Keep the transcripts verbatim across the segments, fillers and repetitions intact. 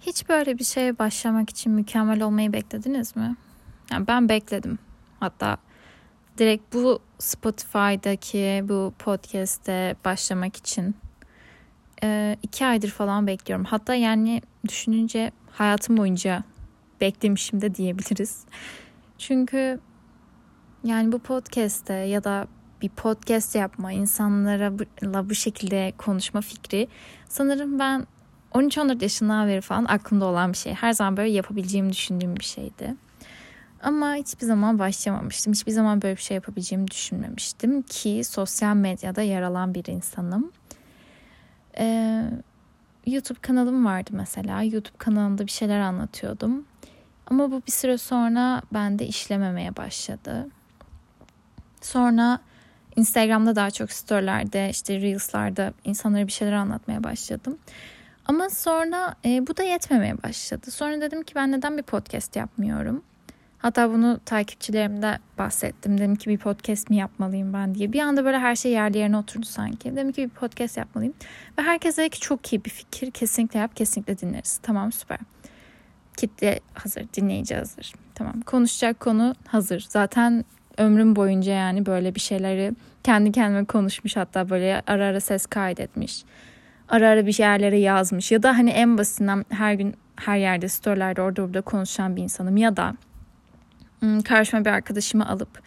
Hiç böyle bir şeye başlamak için mükemmel olmayı beklediniz mi? Yani ben bekledim. Hatta direkt bu Spotify'daki bu podcast'te başlamak için e, iki aydır falan bekliyorum. Hatta yani düşününce hayatım boyunca beklemişim de diyebiliriz. Çünkü yani bu podcast'te ya da bir podcast yapma, insanlarla bu şekilde konuşma fikri sanırım ben on üç on dört yaşından beri falan aklımda olan bir şey. Her zaman böyle yapabileceğimi düşündüğüm bir şeydi. Ama hiçbir zaman başlamamıştım. Hiçbir zaman böyle bir şey yapabileceğimi düşünmemiştim ki sosyal medyada yer alan bir insanım. Ee, YouTube kanalım vardı mesela. YouTube kanalında bir şeyler anlatıyordum. Ama bu bir süre sonra bende işlememeye başladı. Sonra Instagram'da daha çok storylerde, işte Reels'larda insanlara bir şeyler anlatmaya başladım. Ama sonra e, bu da yetmemeye başladı. Sonra dedim ki ben neden bir podcast yapmıyorum? Hatta bunu takipçilerimde bahsettim. Dedim ki bir podcast mi yapmalıyım ben diye. Bir anda böyle her şey yerli yerine oturdu sanki. Dedim ki bir podcast yapmalıyım. Ve herkes dedi ki çok iyi bir fikir. Kesinlikle yap, kesinlikle dinleriz. Tamam, süper. Kitle hazır, dinleyici hazır. Tamam, konuşacak konu hazır. Zaten ömrüm boyunca yani böyle bir şeyleri kendi kendime konuşmuş. Hatta böyle ara ara ses kaydetmiş. Ara ara bir yerlere yazmış. Ya da hani en basitinden her gün her yerde storylerde orada burada konuşan bir insanım. Ya da karşıma bir arkadaşımı alıp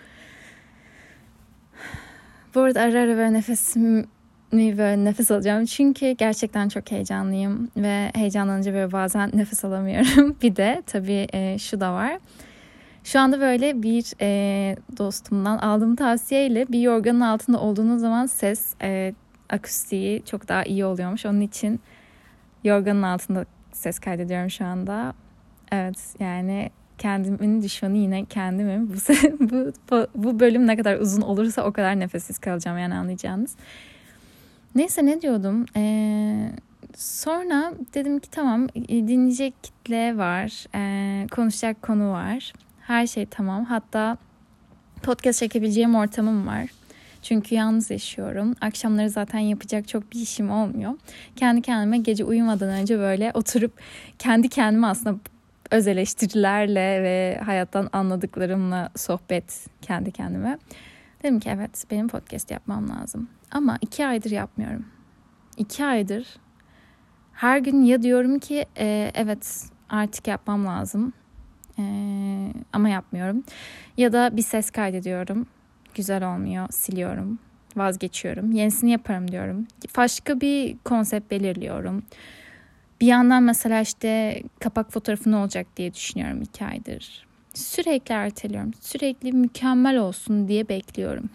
bu arada ara ara böyle nefesimi böyle nefes alacağım. Çünkü gerçekten çok heyecanlıyım ve heyecanlanınca böyle bazen nefes alamıyorum. Bir de tabii e, şu da var. Şu anda böyle bir e, dostumdan aldığım tavsiyeyle bir yorganın altında olduğunuz zaman ses e, akustiği çok daha iyi oluyormuş. Onun için yorganın altında ses kaydediyorum şu anda. Evet, yani kendimin düşmanı yine kendimim. Bu, bu, bu bölüm ne kadar uzun olursa o kadar nefessiz kalacağım yani, anlayacağınız. Neyse, ne diyordum? Ee, sonra dedim ki tamam, dinleyecek kitle var. Ee, konuşacak konu var. Her şey tamam. Hatta podcast çekebileceğim ortamım var. Çünkü yalnız yaşıyorum. Akşamları zaten yapacak çok bir işim olmuyor. Kendi kendime gece uyumadan önce böyle oturup kendi kendime aslında öz eleştirilerle ve hayattan anladıklarımla sohbet kendi kendime. Dedim ki evet, benim podcast yapmam lazım. Ama iki aydır yapmıyorum. İki aydır her gün ya diyorum ki e, evet artık yapmam lazım. E, ama yapmıyorum. Ya da bir ses kaydediyorum. Güzel olmuyor, siliyorum, vazgeçiyorum. Yenisini yaparım diyorum. Başka bir konsept belirliyorum. Bir yandan mesela işte kapak fotoğrafı ne olacak diye düşünüyorum iki aydır. Sürekli erteliyorum. Sürekli mükemmel olsun diye bekliyorum.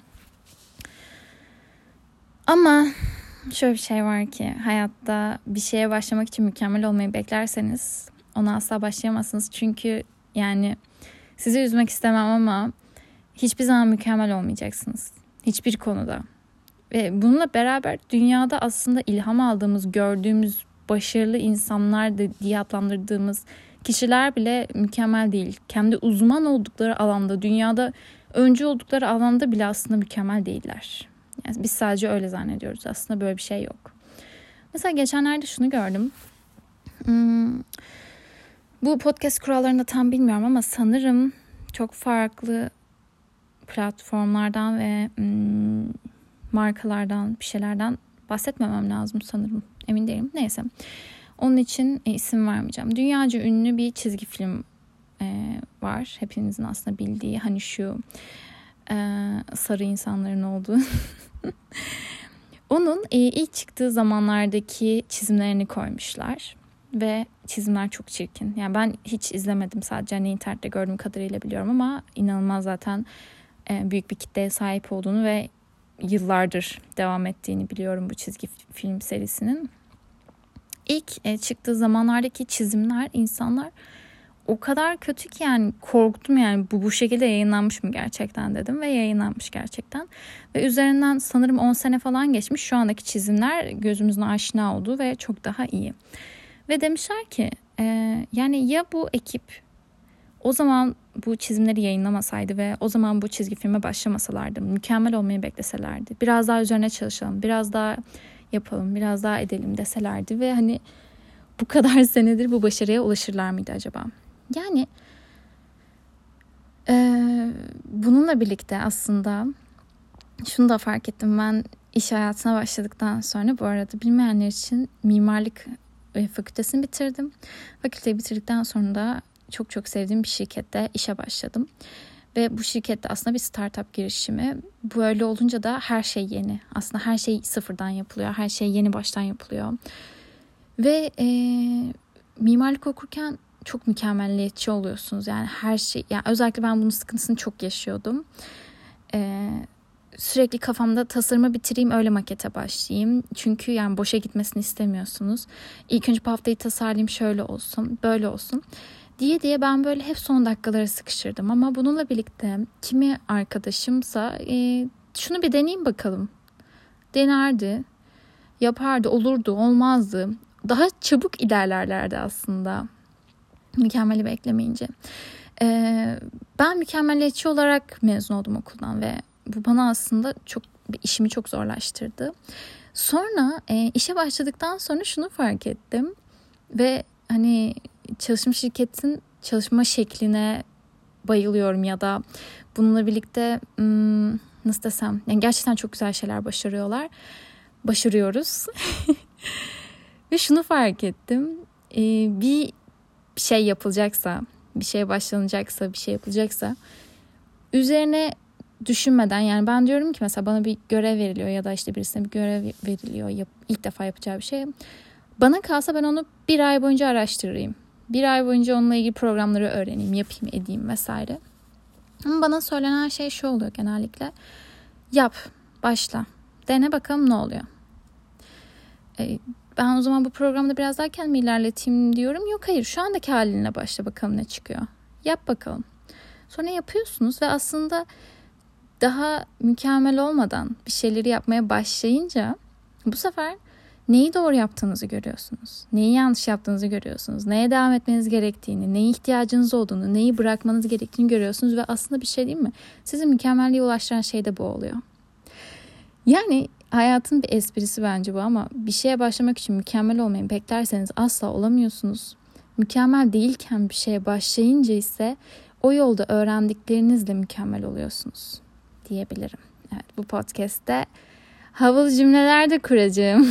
Ama şöyle bir şey var ki hayatta bir şeye başlamak için mükemmel olmayı beklerseniz ona asla başlayamazsınız. Çünkü yani sizi üzmek istemem ama hiçbir zaman mükemmel olmayacaksınız. Hiçbir konuda. Ve bununla beraber dünyada aslında ilham aldığımız, gördüğümüz başarılı insanlar diye adlandırdığımız kişiler bile mükemmel değil. Kendi uzman oldukları alanda, dünyada öncü oldukları alanda bile aslında mükemmel değiller. Yani biz sadece öyle zannediyoruz. Aslında böyle bir şey yok. Mesela geçenlerde şunu gördüm. Hmm, bu podcast kurallarını tam bilmiyorum ama sanırım çok farklı platformlardan ve hmm, markalardan, bir şeylerden bahsetmemem lazım sanırım. Emin değilim. Neyse. Onun için e, isim vermeyeceğim. Dünyaca ünlü bir çizgi film e, var. Hepinizin aslında bildiği. Hani şu e, sarı insanların olduğu. Onun e, ilk çıktığı zamanlardaki çizimlerini koymuşlar. Ve çizimler çok çirkin. Yani ben hiç izlemedim. Sadece hani internette gördüğüm kadarıyla biliyorum ama inanılmaz zaten e, büyük bir kitleye sahip olduğunu ve yıllardır devam ettiğini biliyorum bu çizgi film serisinin. İlk e, çıktığı zamanlardaki çizimler, insanlar o kadar kötü ki yani korktum, yani bu bu şekilde yayınlanmış mı gerçekten dedim ve yayınlanmış gerçekten. Ve üzerinden sanırım on sene falan geçmiş, şu andaki çizimler gözümüzün aşina olduğu ve çok daha iyi. Ve demişler ki e, yani ya bu ekip o zaman bu çizimleri yayınlamasaydı ve o zaman bu çizgi filme başlamasalardı, mükemmel olmayı bekleselerdi, biraz daha üzerine çalışalım, biraz daha yapalım, biraz daha edelim deselerdi ve hani bu kadar senedir bu başarıya ulaşırlar mıydı acaba? Yani e, bununla birlikte aslında şunu da fark ettim. Ben iş hayatına başladıktan sonra, bu arada bilmeyenler için, mimarlık fakültesini bitirdim. Fakülteyi bitirdikten sonra da çok çok sevdiğim bir şirkette işe başladım. Ve bu şirkette aslında bir startup girişimi. Böyle olunca da her şey yeni. Aslında her şey sıfırdan yapılıyor. Her şey yeni baştan yapılıyor. Ve e, mimarlık okurken çok mükemmelliyetçi oluyorsunuz. Yani her şey, yani özellikle ben bunun sıkıntısını çok yaşıyordum. E, sürekli kafamda tasarımı bitireyim, öyle makete başlayayım. Çünkü yani boşa gitmesini istemiyorsunuz. İlk önce bu haftayı tasarlayayım, şöyle olsun, böyle olsun diye diye ben böyle hep son dakikalara sıkıştırdım. Ama bununla birlikte kimi arkadaşımsa e, şunu bir deneyeyim bakalım denerdi, yapardı, olurdu, olmazdı. Daha çabuk ilerlerlerdi aslında mükemmeli beklemeyince. Ee, ben mükemmeliyetçi olarak mezun oldum okuldan ve bu bana aslında çok, işimi çok zorlaştırdı. Sonra e, işe başladıktan sonra şunu fark ettim ve hani çalışma şirketin çalışma şekline bayılıyorum ya da bununla birlikte hmm, nasıl desem, yani gerçekten çok güzel şeyler başarıyorlar. Başarıyoruz. Ve şunu fark ettim. Ee, bir şey yapılacaksa, bir şeye başlanacaksa, bir şey yapılacaksa üzerine düşünmeden, yani ben diyorum ki mesela bana bir görev veriliyor ya da işte birisine bir görev veriliyor, yap, ilk defa yapacağı bir şey. Bana kalsa ben onu bir ay boyunca araştırayım. Bir ay boyunca onunla ilgili programları öğreneyim, yapayım, edeyim vesaire. Ama bana söylenen şey şu oluyor genellikle. Yap, başla, dene bakalım ne oluyor. Ee, ben o zaman bu programda biraz daha kendimi ilerleteyim diyorum. Yok hayır, şu andaki haline başla bakalım ne çıkıyor. Yap bakalım. Sonra yapıyorsunuz ve aslında daha mükemmel olmadan bir şeyleri yapmaya başlayınca bu sefer neyi doğru yaptığınızı görüyorsunuz. Neyi yanlış yaptığınızı görüyorsunuz. Neye devam etmeniz gerektiğini, neye ihtiyacınız olduğunu, neyi bırakmanız gerektiğini görüyorsunuz. Ve aslında bir şey değil mi? Sizi mükemmelliğe ulaştıran şey de bu oluyor. Yani hayatın bir esprisi bence bu, ama bir şeye başlamak için mükemmel olmayı beklerseniz asla olamıyorsunuz. Mükemmel değilken bir şeye başlayınca ise o yolda öğrendiklerinizle mükemmel oluyorsunuz diyebilirim. Evet, bu podcast'te havalı cümleler de kuracağım.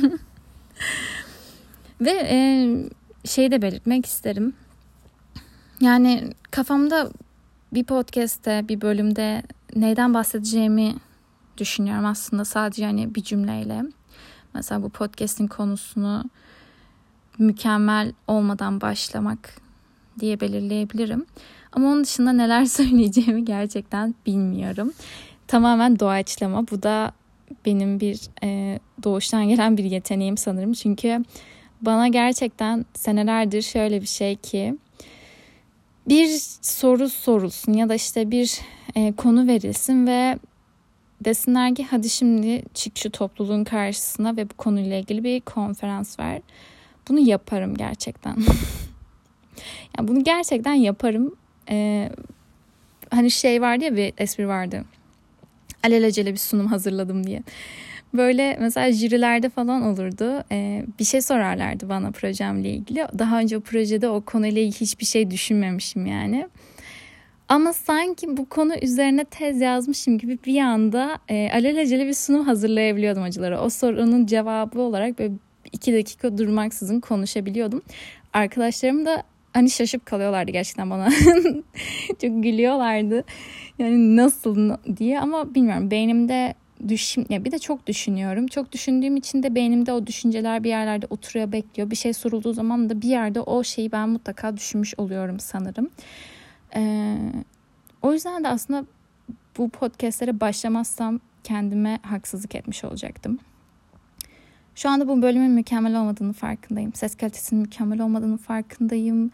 Ve e, şey de belirtmek isterim. Yani kafamda bir podcast'te, bir bölümde neyden bahsedeceğimi düşünüyorum aslında, sadece yani bir cümleyle. Mesela bu podcast'in konusunu mükemmel olmadan başlamak diye belirleyebilirim. Ama onun dışında neler söyleyeceğimi gerçekten bilmiyorum. Tamamen doğaçlama. Bu da benim bir e, doğuştan gelen bir yeteneğim sanırım. Çünkü bana gerçekten senelerdir şöyle bir şey ki, bir soru sorulsun ya da işte bir e, konu verilsin ve desinler ki hadi şimdi çık şu topluluğun karşısına ve bu konuyla ilgili bir konferans ver. Bunu yaparım gerçekten. Yani bunu gerçekten yaparım. Ee, hani şey vardı ya, bir espri vardı. Alelacele bir sunum hazırladım diye. Böyle mesela jürilerde falan olurdu. Ee, bir şey sorarlardı bana projemle ilgili. Daha önce o projede o konuyla ilgili hiçbir şey düşünmemişim yani. Ama sanki bu konu üzerine tez yazmışım gibi bir anda e, alelacele bir sunum hazırlayabiliyordum hocalara. O sorunun cevabı olarak böyle iki dakika durmaksızın konuşabiliyordum. Arkadaşlarım da hani şaşıp kalıyorlardı gerçekten bana. Çok gülüyorlardı. Yani nasıl diye, ama bilmiyorum, beynimde düşün, ya bir de çok düşünüyorum. Çok düşündüğüm için de beynimde o düşünceler bir yerlerde oturuyor, bekliyor. Bir şey sorulduğu zaman da bir yerde o şeyi ben mutlaka düşünmüş oluyorum sanırım. Ee, o yüzden de aslında bu podcastlere başlamazsam kendime haksızlık etmiş olacaktım. Şu anda bu bölümün mükemmel olmadığını farkındayım. Ses kalitesinin mükemmel olmadığını farkındayım.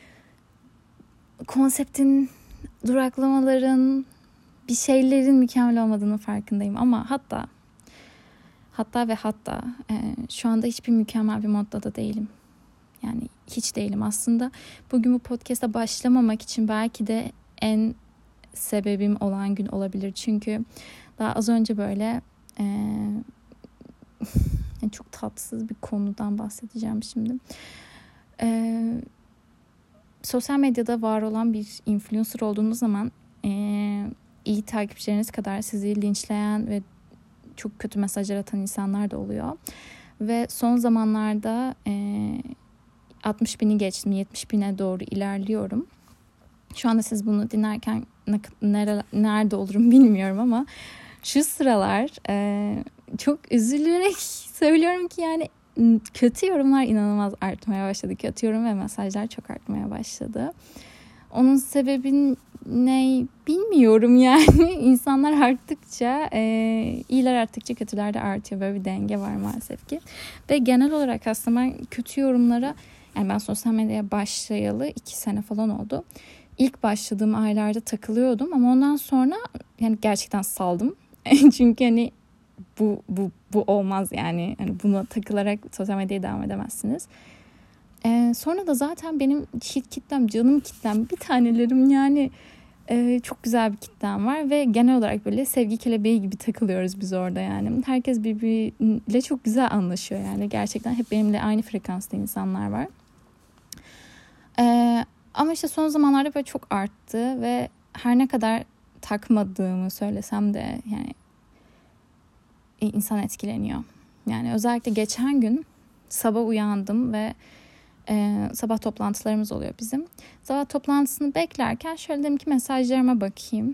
Konseptin, duraklamaların, bir şeylerin mükemmel olmadığını farkındayım. Ama hatta hatta ve hatta e, şu anda hiçbir mükemmel bir modda da değilim. Yani hiç değilim aslında. Bugün bu podcast'a başlamamak için belki de en sebebim olan gün olabilir. Çünkü daha az önce böyle e, yani çok tatsız bir konudan bahsedeceğim şimdi. sosyal medyada var olan bir influencer olduğunuz zaman e, iyi takipçileriniz kadar sizi linçleyen ve çok kötü mesajlar atan insanlar da oluyor. Ve son zamanlarda e, altmış bini geçtim, yetmiş bine doğru ilerliyorum. Şu anda siz bunu dinlerken nere, nerede olurum bilmiyorum ama şu sıralar e, çok üzülerek söylüyorum ki yani kötü yorumlar inanılmaz artmaya başladı. Kötü yorum ve mesajlar çok artmaya başladı. Onun sebebi ne bilmiyorum yani. İnsanlar arttıkça, e, iyiler arttıkça kötüler de artıyor. Böyle bir denge var maalesef ki. Ve genel olarak aslında ben kötü yorumlara, yani ben sosyal medyaya başlayalı iki sene falan oldu. İlk başladığım aylarda takılıyordum ama ondan sonra yani gerçekten saldım. Çünkü hani bu bu bu olmaz yani. Yani buna takılarak sosyal medyaya devam edemezsiniz. Ee, sonra da zaten benim hit kitlem, canım kitlem, bir tanelerim yani e, çok güzel bir kitlem var ve genel olarak böyle sevgi kelebeği gibi takılıyoruz biz orada yani. Herkes birbiriyle çok güzel anlaşıyor yani. Gerçekten hep benimle aynı frekansta insanlar var. Ee, ama işte son zamanlarda böyle çok arttı ve her ne kadar takmadığımı söylesem de yani insan etkileniyor. Yani özellikle geçen gün sabah uyandım ve e, sabah toplantılarımız oluyor bizim. Sabah toplantısını beklerken şöyle dedim ki mesajlarıma bakayım.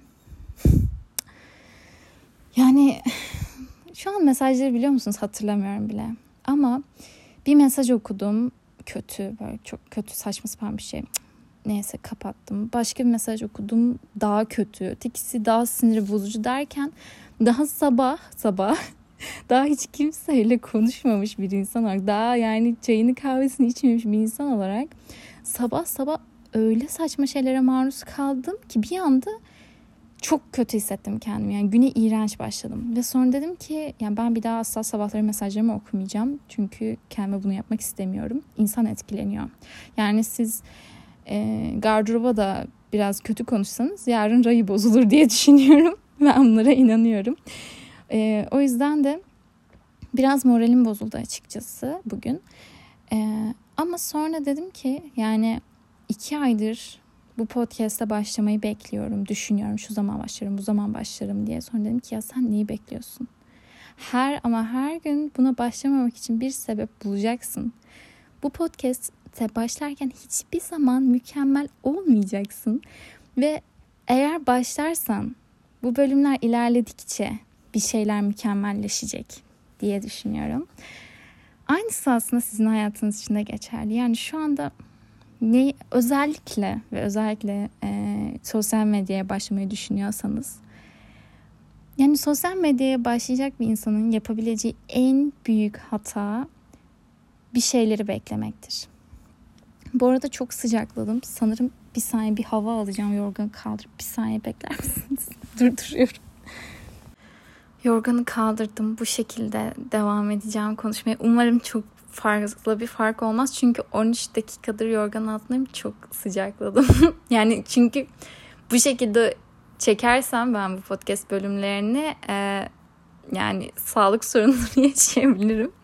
Yani şu an mesajları biliyor musunuz? Hatırlamıyorum bile. Ama bir mesaj okudum. Kötü, böyle çok kötü, saçma sapan bir şey. Neyse kapattım. Başka bir mesaj okudum. Daha kötü. Ötekisi daha sinir bozucu derken daha sabah sabah daha hiç kimseyle konuşmamış bir insan olarak, daha yani çayını kahvesini içmemiş bir insan olarak sabah sabah öyle saçma şeylere maruz kaldım ki bir anda çok kötü hissettim kendimi. Yani güne iğrenç başladım. Ve sonra dedim ki yani ben bir daha asla sabahları mesajlarımı okumayacağım. Çünkü kendime bunu yapmak istemiyorum. İnsan etkileniyor. Yani siz e, gardıroba da biraz kötü konuşsanız yarın rayı bozulur diye düşünüyorum. Ben bunlara inanıyorum. E, o yüzden de biraz moralim bozuldu açıkçası bugün. E, ama sonra dedim ki yani iki aydır bu podcast'a başlamayı bekliyorum, düşünüyorum. Şu zaman başlarım, bu zaman başlarım diye. Sonra dedim ki ya sen neyi bekliyorsun? Her ama her gün buna başlamamak için bir sebep bulacaksın. Bu podcast'e başlarken hiçbir zaman mükemmel olmayacaksın. Ve eğer başlarsan bu bölümler ilerledikçe bir şeyler mükemmelleşecek diye düşünüyorum. Aynısı aslında sizin hayatınız için de geçerli. Yani şu anda ne özellikle ve özellikle e, sosyal medyaya başlamayı düşünüyorsanız, yani sosyal medyaya başlayacak bir insanın yapabileceği en büyük hata bir şeyleri beklemektir. Bu arada çok sıcakladım. Sanırım bir saniye bir hava alacağım. Yorganı kaldırıp bir saniye bekler misiniz? Durduruyorum. Yorganı kaldırdım. Bu şekilde devam edeceğim konuşmaya. Umarım çok fazla bir fark olmaz. Çünkü on üç dakikadır yorganın altındayım. Çok sıcakladım. Yani çünkü bu şekilde çekersem ben bu podcast bölümlerini e, yani sağlık sorunları yaşayabilirim.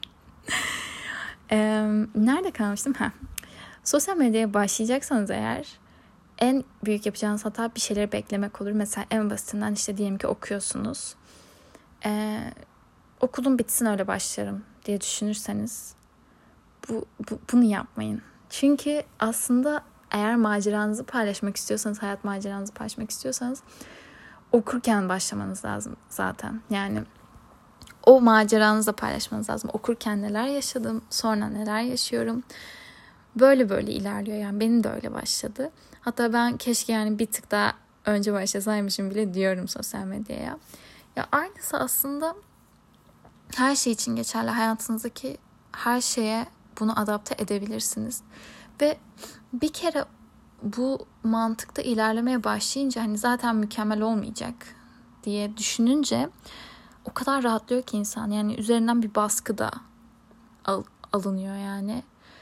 e, nerede kalmıştım? Ha. Sosyal medyaya başlayacaksanız eğer en büyük yapacağınız hata bir şeyleri beklemek olur. Mesela en basitinden işte diyelim ki okuyorsunuz. Ee, okulum bitsin öyle başlarım diye düşünürseniz bu, bu bunu yapmayın. Çünkü aslında eğer maceranızı paylaşmak istiyorsanız, hayat maceranızı paylaşmak istiyorsanız okurken başlamanız lazım zaten. Yani o maceranızı paylaşmanız lazım. Okurken neler yaşadım, sonra neler yaşıyorum. Böyle böyle ilerliyor. Yani benim de öyle başladı. Hatta ben keşke yani bir tık daha önce başlasaymışım bile diyorum sosyal medyaya. Ya aynısı aslında her şey için geçerli. Hayatınızdaki her şeye bunu adapte edebilirsiniz. Ve bir kere bu mantıkta ilerlemeye başlayınca hani zaten mükemmel olmayacak diye düşününce o kadar rahatlıyor ki insan. Yani üzerinden bir baskı da al- alınıyor yani.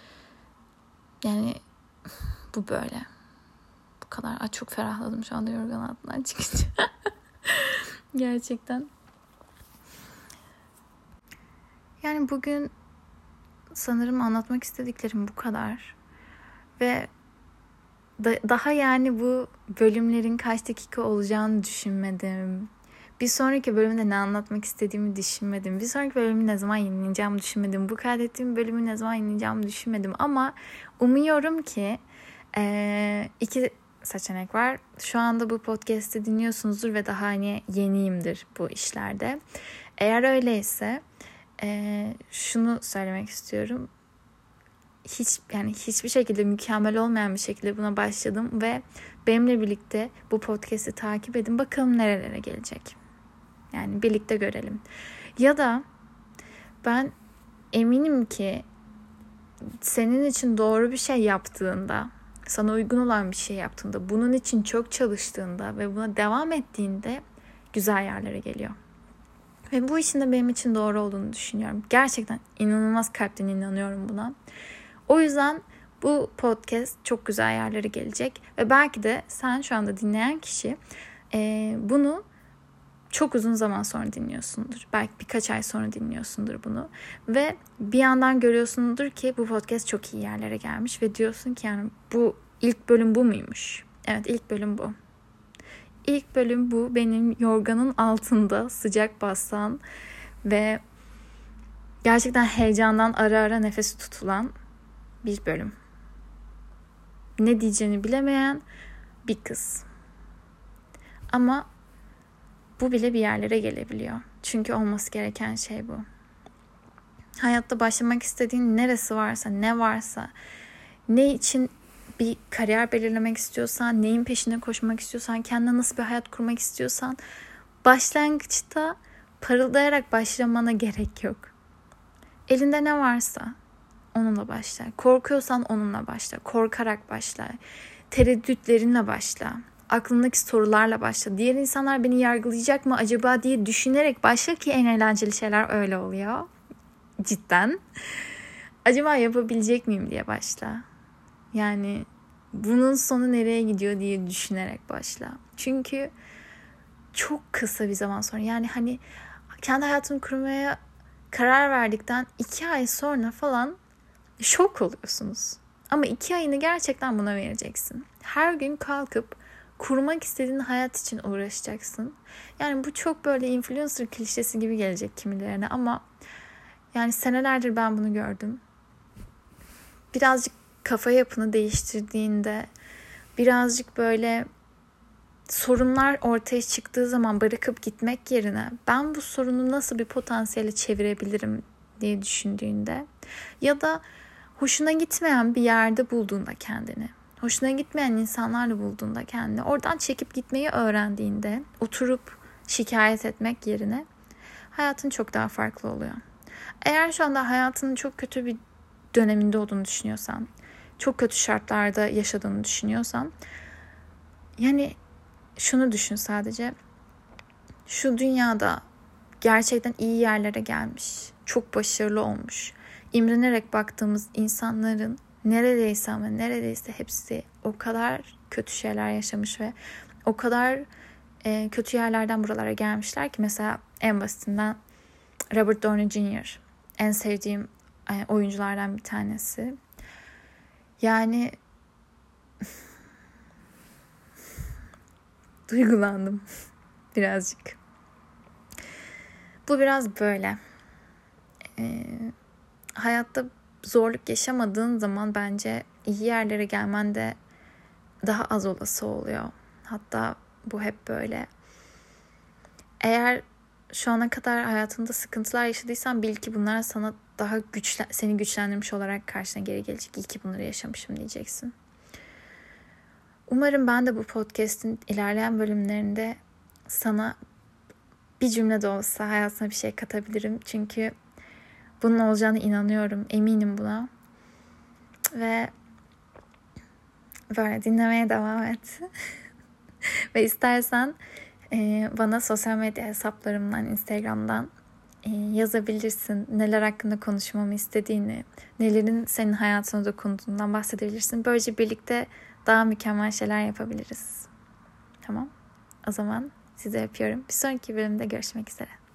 Yani bu böyle. Bu kadar. Ay, çok ferahladım şu anda yorgan altından çıkınca. Gerçekten. Yani bugün sanırım anlatmak istediklerim bu kadar. Ve da, daha yani bu bölümlerin kaç dakika olacağını düşünmedim. Bir sonraki bölümde ne anlatmak istediğimi düşünmedim. Bir sonraki bölümü ne zaman yayınlayacağımı düşünmedim. Bu kaydettiğim bölümü ne zaman yayınlayacağımı düşünmedim. Ama umuyorum ki ee, iki seçenek var. Şu anda bu podcast'i dinliyorsunuzdur ve daha hani yeniyimdir bu işlerde. Eğer öyleyse ee, şunu söylemek istiyorum. Hiç yani hiçbir şekilde mükemmel olmayan bir şekilde buna başladım ve benimle birlikte bu podcast'i takip edin. Bakalım nerelere gelecek. Yani birlikte görelim. Ya da ben eminim ki senin için doğru bir şey yaptığında, sana uygun olan bir şey yaptığında, bunun için çok çalıştığında ve buna devam ettiğinde güzel yerlere geliyor. Ve bu işin de benim için doğru olduğunu düşünüyorum. Gerçekten inanılmaz kalpten inanıyorum buna. O yüzden bu podcast çok güzel yerlere gelecek. Ve belki de sen şu anda dinleyen kişi e, bunu çok uzun zaman sonra dinliyorsundur. Belki birkaç ay sonra dinliyorsundur bunu. Ve bir yandan görüyorsundur ki bu podcast çok iyi yerlere gelmiş. Ve diyorsun ki yani bu ilk bölüm bu muymuş? Evet, ilk bölüm bu. İlk bölüm bu. Benim yorganın altında sıcak basan ve gerçekten heyecandan ara ara nefesi tutulan bir bölüm. Ne diyeceğini bilemeyen bir kız. Ama bu bile bir yerlere gelebiliyor. Çünkü olması gereken şey bu. Hayatta başlamak istediğin neresi varsa, ne varsa, ne için bir kariyer belirlemek istiyorsan, neyin peşine koşmak istiyorsan, kendine nasıl bir hayat kurmak istiyorsan, başlangıçta parıldayarak başlamana gerek yok. Elinde ne varsa onunla başla. Korkuyorsan onunla başla. Korkarak başla. Tereddütlerinle başla. Aklındaki sorularla başla. Diğer insanlar beni yargılayacak mı acaba diye düşünerek başla ki en eğlenceli şeyler öyle oluyor. Cidden. Acaba yapabilecek miyim diye başla. Yani bunun sonu nereye gidiyor diye düşünerek başla. Çünkü çok kısa bir zaman sonra, yani hani kendi hayatını kurmaya karar verdikten iki ay sonra falan şok oluyorsunuz. Ama iki ayını gerçekten buna vereceksin. Her gün kalkıp kurmak istediğin hayat için uğraşacaksın. Yani bu çok böyle influencer klişesi gibi gelecek kimilerine ama yani senelerdir ben bunu gördüm. Birazcık kafa yapını değiştirdiğinde, birazcık böyle sorunlar ortaya çıktığı zaman bırakıp gitmek yerine ben bu sorunu nasıl bir potansiyele çevirebilirim diye düşündüğünde ya da hoşuna gitmeyen bir yerde bulduğunda kendini, hoşuna gitmeyen insanlarla bulduğunda kendini, oradan çekip gitmeyi öğrendiğinde oturup şikayet etmek yerine hayatın çok daha farklı oluyor. Eğer şu anda hayatının çok kötü bir döneminde olduğunu düşünüyorsan, çok kötü şartlarda yaşadığını düşünüyorsan, yani şunu düşün sadece. Şu dünyada gerçekten iyi yerlere gelmiş, çok başarılı olmuş, imrenerek baktığımız insanların neredeyse ama neredeyse hepsi o kadar kötü şeyler yaşamış ve o kadar e, kötü yerlerden buralara gelmişler ki mesela en basitinden Robert Downey Junior en sevdiğim e, oyunculardan bir tanesi. Yani duygulandım birazcık. Bu biraz böyle. Ee, hayatta zorluk yaşamadığın zaman bence iyi yerlere gelmen de daha az olası oluyor. Hatta bu hep böyle. Eğer şu ana kadar hayatında sıkıntılar yaşadıysan bil ki bunlar sana daha güçlen, seni güçlendirmiş olarak karşına geri gelecek. İyi ki bunları yaşamışım diyeceksin. Umarım ben de bu podcast'in ilerleyen bölümlerinde sana bir cümle de olsa hayatına bir şey katabilirim. Çünkü bunun olacağına inanıyorum. Eminim buna. Ve böyle dinlemeye devam et. Ve istersen e, bana sosyal medya hesaplarımdan, Instagram'dan e, yazabilirsin. Neler hakkında konuşmamı istediğini, nelerin senin hayatına dokunduğundan bahsedebilirsin. Böylece birlikte daha mükemmel şeyler yapabiliriz. Tamam. O zaman sizi öpüyorum. Bir sonraki bölümde görüşmek üzere.